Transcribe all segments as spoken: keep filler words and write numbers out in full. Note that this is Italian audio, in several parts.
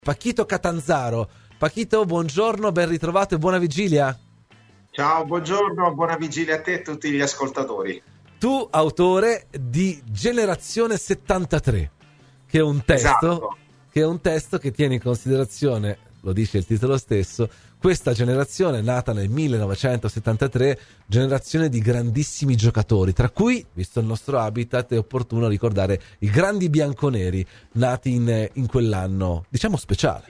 Pachito Catanzaro. Pachito, buongiorno, ben ritrovato e buona vigilia. Ciao, buongiorno, buona vigilia a te e a tutti gli ascoltatori. Tu, autore di Generazione settantatré, che è un testo, esatto. che è un testo che tiene in considerazione, lo dice il titolo stesso, questa generazione nata nel millenovecentosettantatré, generazione di grandissimi giocatori, tra cui, visto il nostro habitat, è opportuno ricordare i grandi bianconeri nati in, in quell'anno, diciamo, speciale.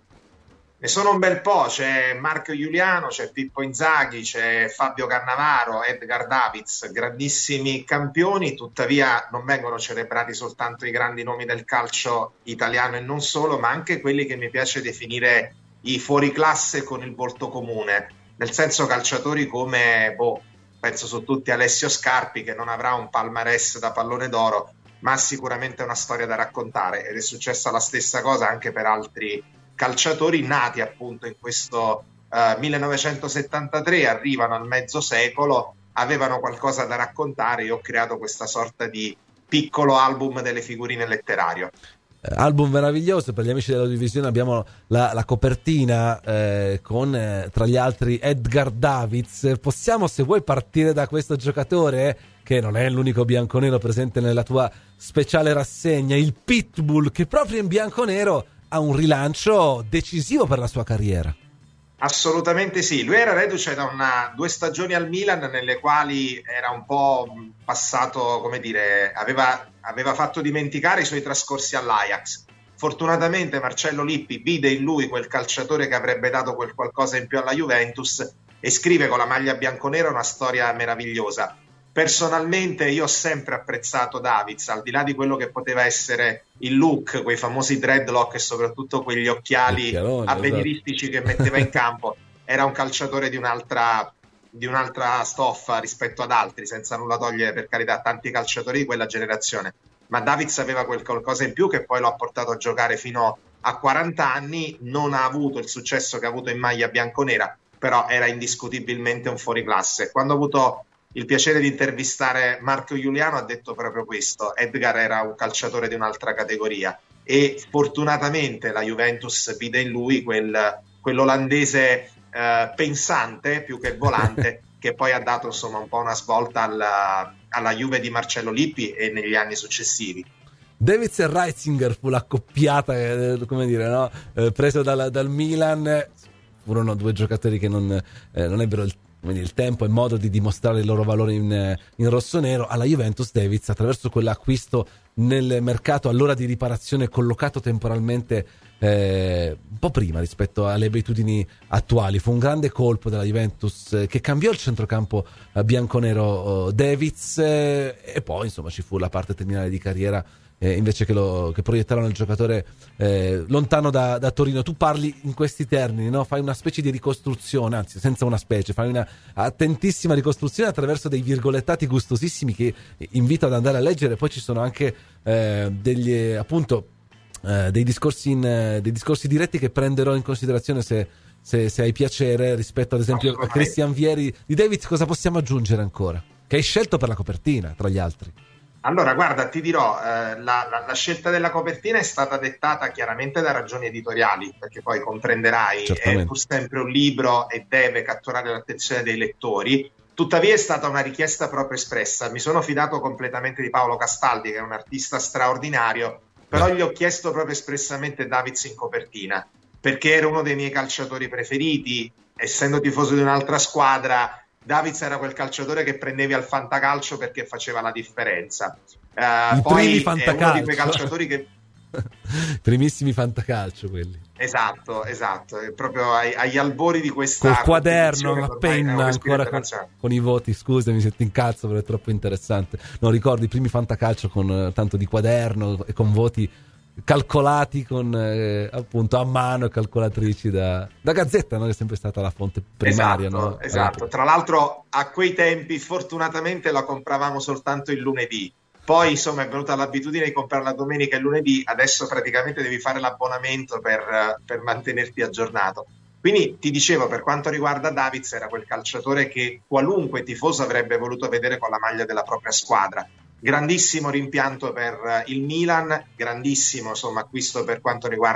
Ne sono un bel po', c'è Marco Giuliano, c'è Pippo Inzaghi, c'è Fabio Cannavaro, Edgar Davids, grandissimi campioni, tuttavia non vengono celebrati soltanto i grandi nomi del calcio italiano e non solo, ma anche quelli che mi piace definire i fuoriclasse con il volto comune, nel senso calciatori come, boh, penso su tutti Alessio Scarpi, che non avrà un palmarès da pallone d'oro, ma ha sicuramente una storia da raccontare, ed è successa la stessa cosa anche per altri calciatori nati appunto in questo uh, millenovecentosettantatré, arrivano al mezzo secolo, avevano qualcosa da raccontare. Io ho creato questa sorta di piccolo album delle figurine letterario. Album meraviglioso. Per gli amici dell'Audiovisione abbiamo la, la copertina eh, con eh, tra gli altri Edgar Davids. Possiamo, se vuoi, partire da questo giocatore eh, che non è l'unico bianconero presente nella tua speciale rassegna, il Pitbull, che proprio in bianconero ha un rilancio decisivo per la sua carriera. Assolutamente sì, lui era reduce da una, due stagioni al Milan nelle quali era un po' passato, come dire, aveva, aveva fatto dimenticare i suoi trascorsi all'Ajax. Fortunatamente Marcello Lippi vide in lui quel calciatore che avrebbe dato quel qualcosa in più alla Juventus e scrive con la maglia bianconera una storia meravigliosa. Personalmente io ho sempre apprezzato Davids, al di là di quello che poteva essere il look, quei famosi dreadlock e soprattutto quegli occhiali avveniristici esatto. che metteva in campo. Era un calciatore di un'altra, di un'altra stoffa rispetto ad altri, senza nulla togliere, per carità, tanti calciatori di quella generazione. Ma Davids aveva quel qualcosa in più che poi lo ha portato a giocare fino a quaranta anni, non ha avuto il successo che ha avuto in maglia bianconera, però era indiscutibilmente un fuoriclasse. Quando ho avuto il piacere di intervistare Marco Giuliano ha detto proprio questo: Edgar era un calciatore di un'altra categoria e fortunatamente la Juventus vide in lui quel, quell'olandese eh, pensante più che volante che poi ha dato insomma un po' una svolta alla, alla Juve di Marcello Lippi e negli anni successivi. Davids e Reitzinger fu l'accoppiata, eh, come dire, no? eh, preso dal, dal Milan. Furono due giocatori che non, eh, non ebbero il Quindi il tempo e modo di dimostrare il loro valore in, in rossonero. Alla Juventus Davids, attraverso quell'acquisto nel mercato all'ora di riparazione, collocato temporalmente eh, un po' prima rispetto alle abitudini attuali, fu un grande colpo della Juventus eh, che cambiò il centrocampo eh, bianconero eh, Davids eh, e poi insomma ci fu la parte terminale di carriera Eh, invece che, lo, che proiettarono il giocatore eh, lontano da, da Torino. Tu parli in questi termini, no? Fai una specie di ricostruzione, anzi senza una specie, fai una attentissima ricostruzione attraverso dei virgolettati gustosissimi che invito ad andare a leggere. Poi ci sono anche eh, degli appunto eh, dei discorsi in, eh, dei discorsi diretti che prenderò in considerazione se, se, se hai piacere, rispetto ad esempio a Christian Vieri di Davids. Cosa possiamo aggiungere ancora? Che hai scelto per la copertina, tra gli altri. Allora, guarda, ti dirò, eh, la, la, la scelta della copertina è stata dettata chiaramente da ragioni editoriali, perché poi comprenderai, è pur sempre un libro e deve catturare l'attenzione dei lettori. Tuttavia è stata una richiesta proprio espressa. Mi sono fidato completamente di Paolo Castaldi, che è un artista straordinario, però gli ho chiesto proprio espressamente Davids in copertina, perché era uno dei miei calciatori preferiti. Essendo tifoso di un'altra squadra, Davids era quel calciatore che prendevi al fantacalcio perché faceva la differenza. Uh, I poi primi è fantacalcio. uno di quei calciatori che primissimi fantacalcio quelli. Esatto, esatto, è proprio ai, agli albori di questa col quaderno, a penna ancora con, con i voti. Scusami se ti incazzo, però è troppo interessante. Non ricordo i primi fantacalcio con eh, tanto di quaderno e con voti calcolati con eh, appunto a mano, calcolatrici da, da Gazzetta, no? Che è sempre stata la fonte primaria. Esatto, no? esatto. Tra l'altro a quei tempi fortunatamente la compravamo soltanto il lunedì, poi insomma è venuta l'abitudine di comprarla domenica e lunedì, adesso praticamente devi fare l'abbonamento per, per mantenerti aggiornato. Quindi ti dicevo, per quanto riguarda Davids, era quel calciatore che qualunque tifoso avrebbe voluto vedere con la maglia della propria squadra. Grandissimo rimpianto per il Milan, grandissimo insomma acquisto per quanto riguarda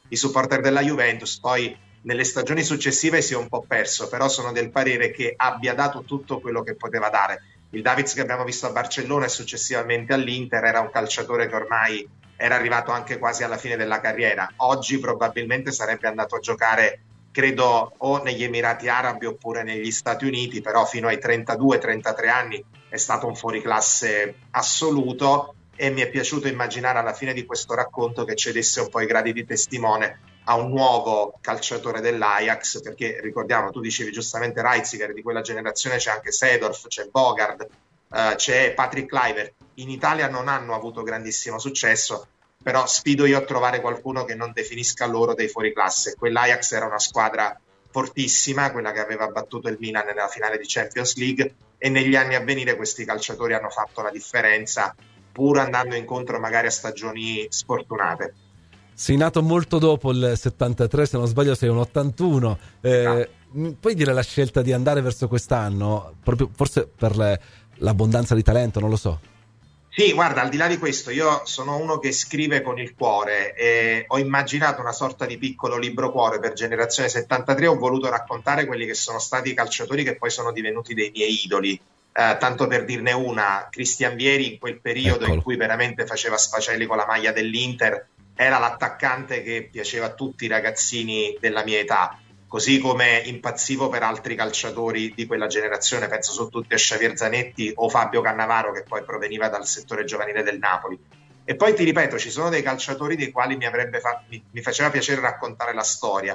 i supporter della Juventus. Poi nelle stagioni successive si è un po' perso, però sono del parere che abbia dato tutto quello che poteva dare. Il Davids che abbiamo visto a Barcellona e successivamente all'Inter era un calciatore che ormai era arrivato anche quasi alla fine della carriera. Oggi probabilmente sarebbe andato a giocare, credo, o negli Emirati Arabi oppure negli Stati Uniti, però fino ai trentadue trentatré anni è stato un fuoriclasse assoluto, e mi è piaciuto immaginare alla fine di questo racconto che cedesse un po' i gradi di testimone a un nuovo calciatore dell'Ajax, perché ricordiamo, tu dicevi giustamente Reitziger, di quella generazione c'è anche Seedorf, c'è Bogard, uh, c'è Patrick Kluivert. In Italia non hanno avuto grandissimo successo, però sfido io a trovare qualcuno che non definisca loro dei fuoriclasse. Quell'Ajax era una squadra fortissima, quella che aveva battuto il Milan nella finale di Champions League, e negli anni a venire questi calciatori hanno fatto la differenza, pur andando incontro magari a stagioni sfortunate. Sei nato molto dopo il settantatré, se non sbaglio sei un ottantuno. Eh, no. Puoi dire la scelta di andare verso quest'anno, proprio forse per le, l'abbondanza di talento, non lo so. Sì, guarda, al di là di questo, io sono uno che scrive con il cuore e ho immaginato una sorta di piccolo libro cuore per Generazione settantatré. Ho voluto raccontare quelli che sono stati i calciatori che poi sono divenuti dei miei idoli. Eh, tanto per dirne una, Christian Vieri, in quel periodo Eccolo. in cui veramente faceva sfaceli con la maglia dell'Inter, era l'attaccante che piaceva a tutti i ragazzini della mia età, così come impazzivo per altri calciatori di quella generazione, penso su tutti a Xavier Zanetti o Fabio Cannavaro, che poi proveniva dal settore giovanile del Napoli. E poi ti ripeto, ci sono dei calciatori dei quali mi, avrebbe fa- mi, mi faceva piacere raccontare la storia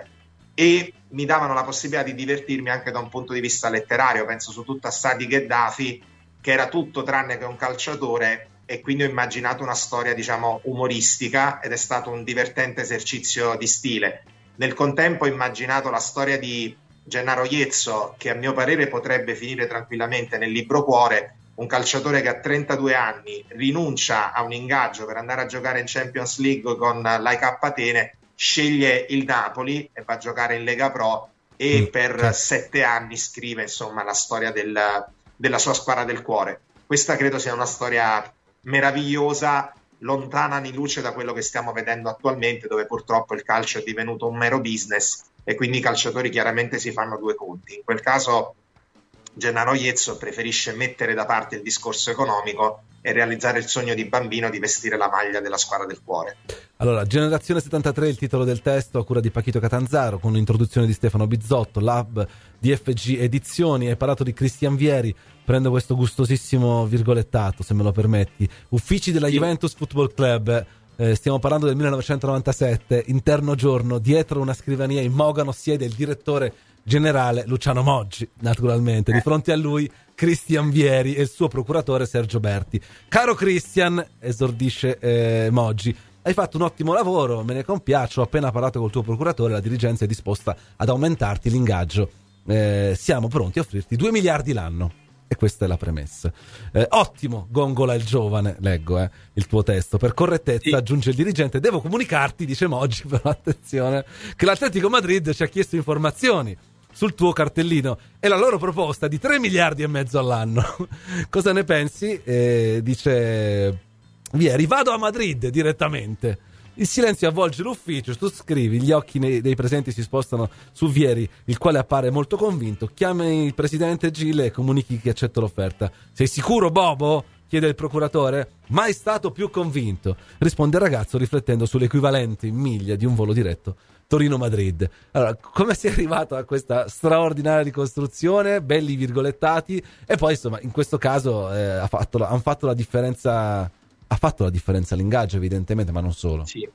e mi davano la possibilità di divertirmi anche da un punto di vista letterario. Penso su tutto a Sadi Gheddafi, che era tutto tranne che un calciatore, e quindi ho immaginato una storia, diciamo, umoristica, ed è stato un divertente esercizio di stile. Nel contempo ho immaginato la storia di Gennaro Iezzo, che a mio parere potrebbe finire tranquillamente nel libro cuore, un calciatore che a trentadue anni rinuncia a un ingaggio per andare a giocare in Champions League con l'A I K Atene, sceglie il Napoli e va a giocare in Lega Pro, e mm. per sette anni scrive, insomma, la storia del, della sua squadra del cuore. Questa credo sia una storia meravigliosa, lontana anni luce da quello che stiamo vedendo attualmente, dove purtroppo il calcio è divenuto un mero business e quindi i calciatori chiaramente si fanno due conti. In quel caso Gennaro Iezzo preferisce mettere da parte il discorso economico e realizzare il sogno di bambino di vestire la maglia della squadra del cuore. Allora, Generazione settantatré, il titolo del testo, a cura di Pachito Catanzaro, con l'introduzione di Stefano Bizzotto, Lab di F G Edizioni. Hai parlato di Christian Vieri, prendo questo gustosissimo virgolettato, se me lo permetti. Uffici della sì. Juventus Football Club, eh, stiamo parlando del millenovecentonovantasette, interno giorno, dietro una scrivania in mogano siede il direttore generale Luciano Moggi, naturalmente, di fronte a lui Christian Vieri e il suo procuratore Sergio Berti. Caro Christian, esordisce eh, Moggi, hai fatto un ottimo lavoro, me ne compiaccio, ho appena parlato col tuo procuratore, la dirigenza è disposta ad aumentarti l'ingaggio, eh, siamo pronti a offrirti due miliardi l'anno. E questa è la premessa. Eh, ottimo, gongola il giovane, leggo eh, il tuo testo. Per correttezza, sì. aggiunge il dirigente, devo comunicarti, dice Moggi, però attenzione, che l'Atletico Madrid ci ha chiesto informazioni sul tuo cartellino e la loro proposta di tre miliardi e mezzo all'anno. Cosa ne pensi? Eh, dice Vieri, vado a Madrid direttamente. Il silenzio avvolge l'ufficio, tu scrivi, gli occhi nei, dei presenti si spostano su Vieri, il quale appare molto convinto. Chiami il presidente Gile e comunichi che accetto l'offerta. Sei sicuro, Bobo? Chiede il procuratore. Mai stato più convinto, risponde il ragazzo riflettendo sull'equivalente in miglia di un volo diretto Torino-Madrid. Allora, come si è arrivato a questa straordinaria ricostruzione? Belli virgolettati. E poi, insomma, in questo caso eh, ha fatto la, hanno fatto la differenza... Ha fatto la differenza l'ingaggio, evidentemente, ma non solo. Sì.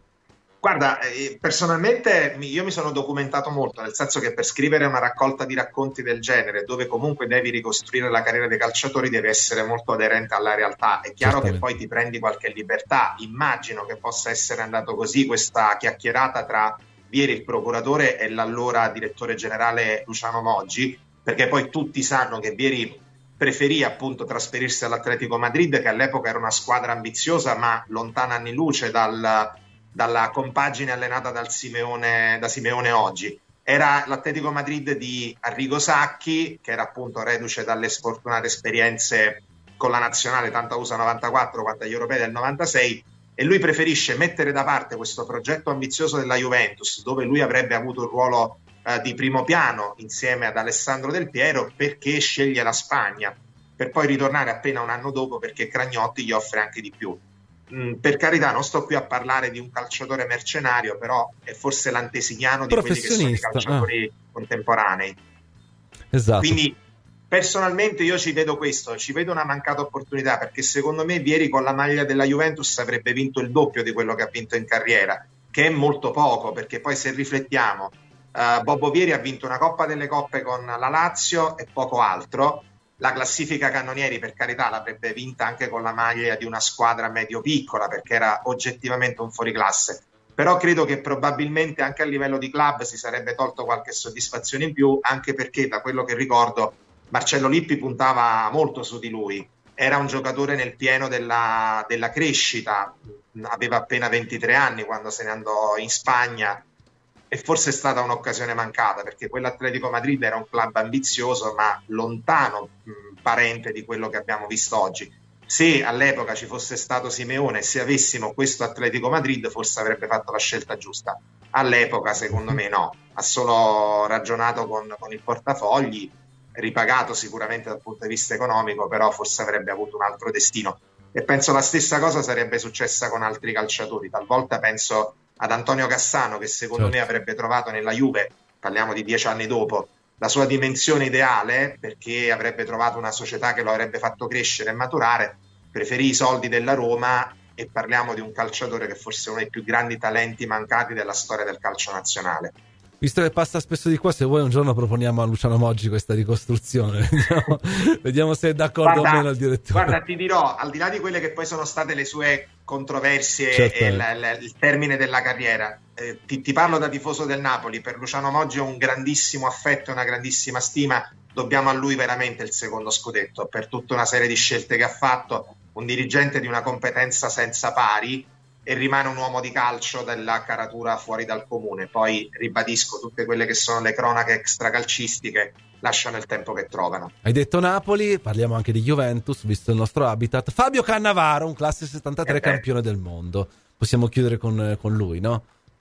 Guarda, eh, personalmente io mi sono documentato molto, nel senso che per scrivere una raccolta di racconti del genere, dove comunque devi ricostruire la carriera dei calciatori, devi essere molto aderente alla realtà. È chiaro che poi ti prendi qualche libertà. Immagino che possa essere andato così questa chiacchierata tra Vieri, il procuratore, e l'allora direttore generale Luciano Moggi, perché poi tutti sanno che Vieri preferì appunto trasferirsi all'Atletico Madrid, che all'epoca era una squadra ambiziosa ma lontana anni luce dal, dalla compagine allenata dal Simeone, da Simeone oggi. Era l'Atletico Madrid di Arrigo Sacchi, che era appunto reduce dalle sfortunate esperienze con la nazionale, tanto a U S A novantaquattro quanto agli europei del novantasei, e lui preferisce mettere da parte questo progetto ambizioso della Juventus, dove lui avrebbe avuto un ruolo eh, di primo piano insieme ad Alessandro Del Piero, perché sceglie la Spagna, per poi ritornare appena un anno dopo perché Cragnotti gli offre anche di più. Mm, per carità, non sto qui a parlare di un calciatore mercenario, però è forse l'antesignano di quelli che sono i calciatori ah. contemporanei. Esatto. Quindi personalmente io ci vedo questo, ci vedo una mancata opportunità, perché secondo me Vieri con la maglia della Juventus avrebbe vinto il doppio di quello che ha vinto in carriera, che è molto poco, perché poi se riflettiamo, uh, Bobo Vieri ha vinto una Coppa delle Coppe con la Lazio e poco altro. La classifica cannonieri, per carità, l'avrebbe vinta anche con la maglia di una squadra medio-piccola, perché era oggettivamente un fuoriclasse. Però credo che probabilmente anche a livello di club si sarebbe tolto qualche soddisfazione in più, anche perché da quello che ricordo Marcello Lippi puntava molto su di lui. Era un giocatore nel pieno della, della crescita, aveva appena ventitré anni quando se ne andò in Spagna, e forse è stata un'occasione mancata, perché quell'Atletico Madrid era un club ambizioso ma lontano mh, parente di quello che abbiamo visto oggi. Se all'epoca ci fosse stato Simeone, se avessimo questo Atletico Madrid, forse avrebbe fatto la scelta giusta. All'epoca secondo me no, ha solo ragionato con, con il portafogli, ripagato sicuramente dal punto di vista economico, però forse avrebbe avuto un altro destino, e penso la stessa cosa sarebbe successa con altri calciatori. Talvolta penso ad Antonio Cassano, che secondo certo. me avrebbe trovato nella Juve, parliamo di dieci anni dopo, la sua dimensione ideale, perché avrebbe trovato una società che lo avrebbe fatto crescere e maturare, preferì i soldi della Roma, e parliamo di un calciatore che forse è uno dei più grandi talenti mancati della storia del calcio nazionale. Visto che passa spesso di qua, se vuoi un giorno proponiamo a Luciano Moggi questa ricostruzione, vediamo, vediamo se è d'accordo guarda, o meno il direttore. Guarda, ti dirò, al di là di quelle che poi sono state le sue controversie certo. e l- l- il termine della carriera, eh, ti, ti parlo da tifoso del Napoli. Per Luciano Moggi ho un grandissimo affetto e una grandissima stima, dobbiamo a lui veramente il secondo scudetto, per tutta una serie di scelte che ha fatto, un dirigente di una competenza senza pari, e rimane un uomo di calcio della caratura fuori dal comune. Poi ribadisco, tutte quelle che sono le cronache extracalcistiche lasciano il tempo che trovano. Hai detto Napoli, parliamo anche di Juventus, visto il nostro habitat. Fabio Cannavaro, un classe settantatré, eh campione del mondo. Possiamo chiudere con, con lui, no?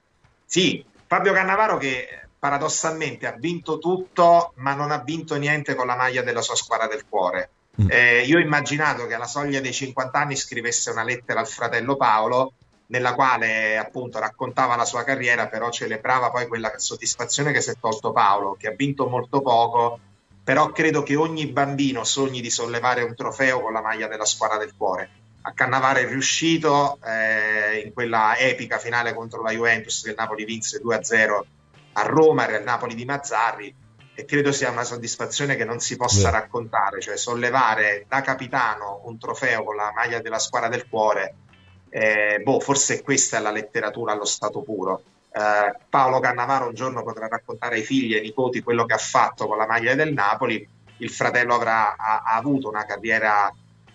Sì, Fabio Cannavaro che paradossalmente ha vinto tutto, ma non ha vinto niente con la maglia della sua squadra del cuore. Mm. Eh, io ho immaginato che alla soglia dei cinquanta anni scrivesse una lettera al fratello Paolo, nella quale appunto raccontava la sua carriera, però celebrava poi quella soddisfazione che si è tolto Paolo, che ha vinto molto poco, però credo che ogni bambino sogni di sollevare un trofeo con la maglia della squadra del cuore. A Cannavaro è riuscito eh, in quella epica finale contro la Juventus, che il Napoli vinse due a zero a Roma, era il Napoli di Mazzarri, e credo sia una soddisfazione che non si possa Beh. raccontare, cioè sollevare da capitano un trofeo con la maglia della squadra del cuore. Eh, boh, forse questa è la letteratura allo stato puro. Eh, Paolo Cannavaro un giorno potrà raccontare ai figli e ai nipoti quello che ha fatto con la maglia del Napoli. Il fratello avrà ha, ha avuto una carriera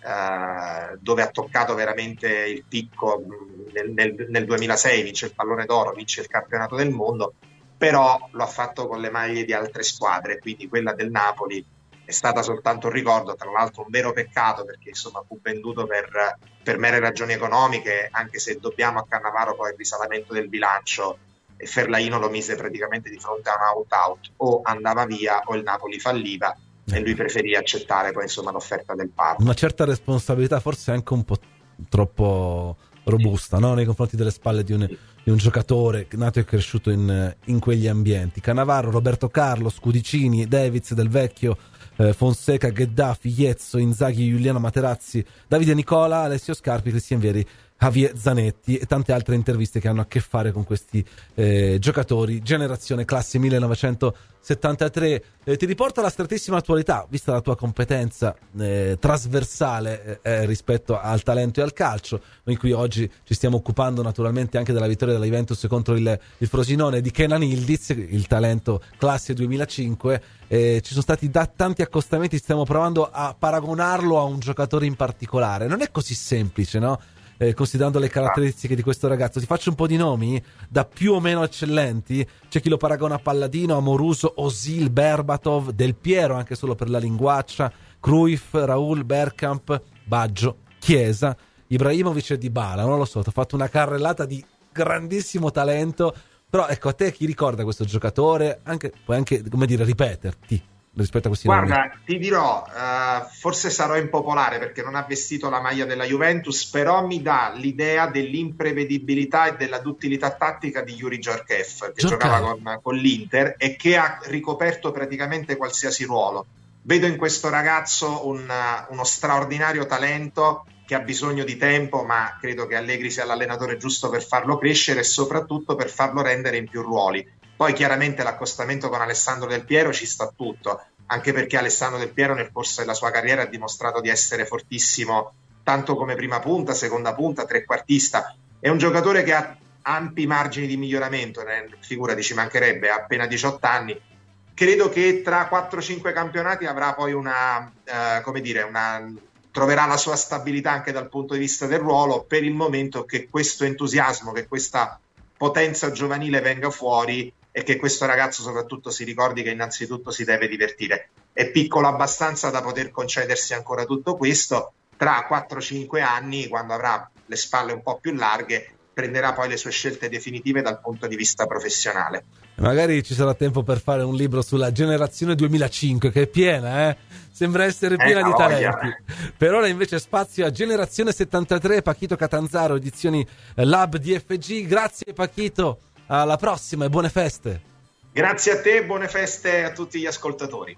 eh, dove ha toccato veramente il picco. Nel, nel, nel duemilasei vince il pallone d'oro, vince il campionato del mondo, però lo ha fatto con le maglie di altre squadre, quindi quella del Napoli è stata soltanto un ricordo, tra l'altro un vero peccato, perché insomma fu venduto per, per mere ragioni economiche, anche se dobbiamo a Cannavaro poi il risanamento del bilancio, e Ferlaino lo mise praticamente di fronte a un out-out, o andava via o il Napoli falliva, eh. e lui preferì accettare poi insomma l'offerta del Parma. Una certa responsabilità, forse anche un po' troppo robusta, sì. no? Nei confronti delle spalle di un, sì. di un giocatore nato e cresciuto in, in quegli ambienti. Cannavaro, Roberto Carlos, Cudicini, Davids, Del Vecchio, Fonseca, Gheddafi, Iezzo, Inzaghi, Giuliano Materazzi, Davide Nicola, Alessio Scarpi, Cristian Vieri, Javier Zanetti e tante altre interviste che hanno a che fare con questi eh, giocatori, generazione classe millenovecentosettantatré. Eh, ti riporto alla strettissima attualità, vista la tua competenza eh, trasversale eh, rispetto al talento e al calcio. Noi qui oggi ci stiamo occupando naturalmente anche della vittoria della Juventus contro il, il Frosinone di Kenan Yildiz, il talento classe duemilacinque. Eh, ci sono stati da tanti accostamenti, stiamo provando a paragonarlo a un giocatore in particolare. Non è così semplice, no? Eh, considerando le caratteristiche di questo ragazzo. Ti faccio un po' di nomi da più o meno eccellenti. C'è chi lo paragona a Palladino, Amoruso, Osil, Berbatov, Del Piero anche solo per la linguaccia, Cruyff, Raul, Bergkamp, Baggio, Chiesa. Ibrahimovic e Dybala, non lo so, ti ho fatto una carrellata di grandissimo talento, però ecco, a te chi ricorda questo giocatore? Anche, puoi anche, come dire, ripeterti rispetto a questi Guarda, nomi. ti dirò, uh, forse sarò impopolare perché non ha vestito la maglia della Juventus, però mi dà l'idea dell'imprevedibilità e della duttilità tattica di Yuri Djorkaeff, che Djorkaeff. giocava con, con l'Inter e che ha ricoperto praticamente qualsiasi ruolo. Vedo in questo ragazzo un, uno straordinario talento che ha bisogno di tempo, ma credo che Allegri sia l'allenatore giusto per farlo crescere e soprattutto per farlo rendere in più ruoli. Poi chiaramente l'accostamento con Alessandro Del Piero ci sta tutto, anche perché Alessandro Del Piero nel corso della sua carriera ha dimostrato di essere fortissimo tanto come prima punta, seconda punta, trequartista. È un giocatore che ha ampi margini di miglioramento, figurati, ci mancherebbe, ha appena diciotto anni. Credo che tra quattro cinque campionati avrà poi una, eh, come dire, una, troverà la sua stabilità anche dal punto di vista del ruolo. Per il momento che questo entusiasmo, che questa potenza giovanile venga fuori e che questo ragazzo soprattutto si ricordi che innanzitutto si deve divertire. È piccolo abbastanza da poter concedersi ancora tutto questo. Tra quattro cinque anni, quando avrà le spalle un po' più larghe, prenderà poi le sue scelte definitive dal punto di vista professionale. Magari ci sarà tempo per fare un libro sulla generazione duemilacinque, che è piena, eh? Sembra essere piena eh, di voglia. talenti. Per ora invece spazio a Generazione settantatré, Pachito Catanzaro, edizioni Lab D F G. Grazie Pachito, alla prossima e buone feste. Grazie a te, buone feste a tutti gli ascoltatori.